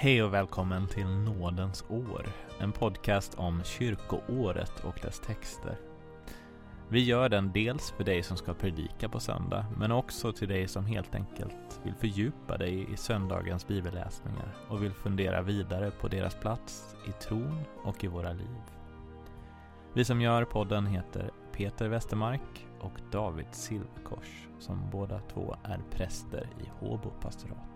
Hej och välkommen till Nådens år, en podcast om kyrkoåret och dess texter. Vi gör den dels för dig som ska predika på söndag, men också till dig som helt enkelt vill fördjupa dig i söndagens bibelläsningar och vill fundera vidare på deras plats i tron och i våra liv. Vi som gör podden heter Peter Westermark och David Silverkors, som båda två är präster i Håbo pastorat.